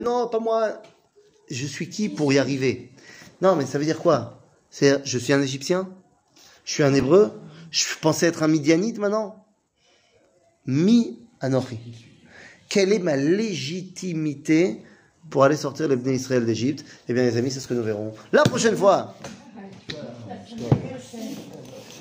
Non, pas moi. Je suis qui pour y arriver? Non, mais ça veut dire quoi? Je suis un Égyptien? Je suis un Hébreu? Je pensais être un Midianite maintenant? Mi Anochi. Quelle est ma légitimité pour aller sortir les Bnei Israël d'Égypte? Eh bien, les amis, c'est ce que nous verrons la prochaine fois.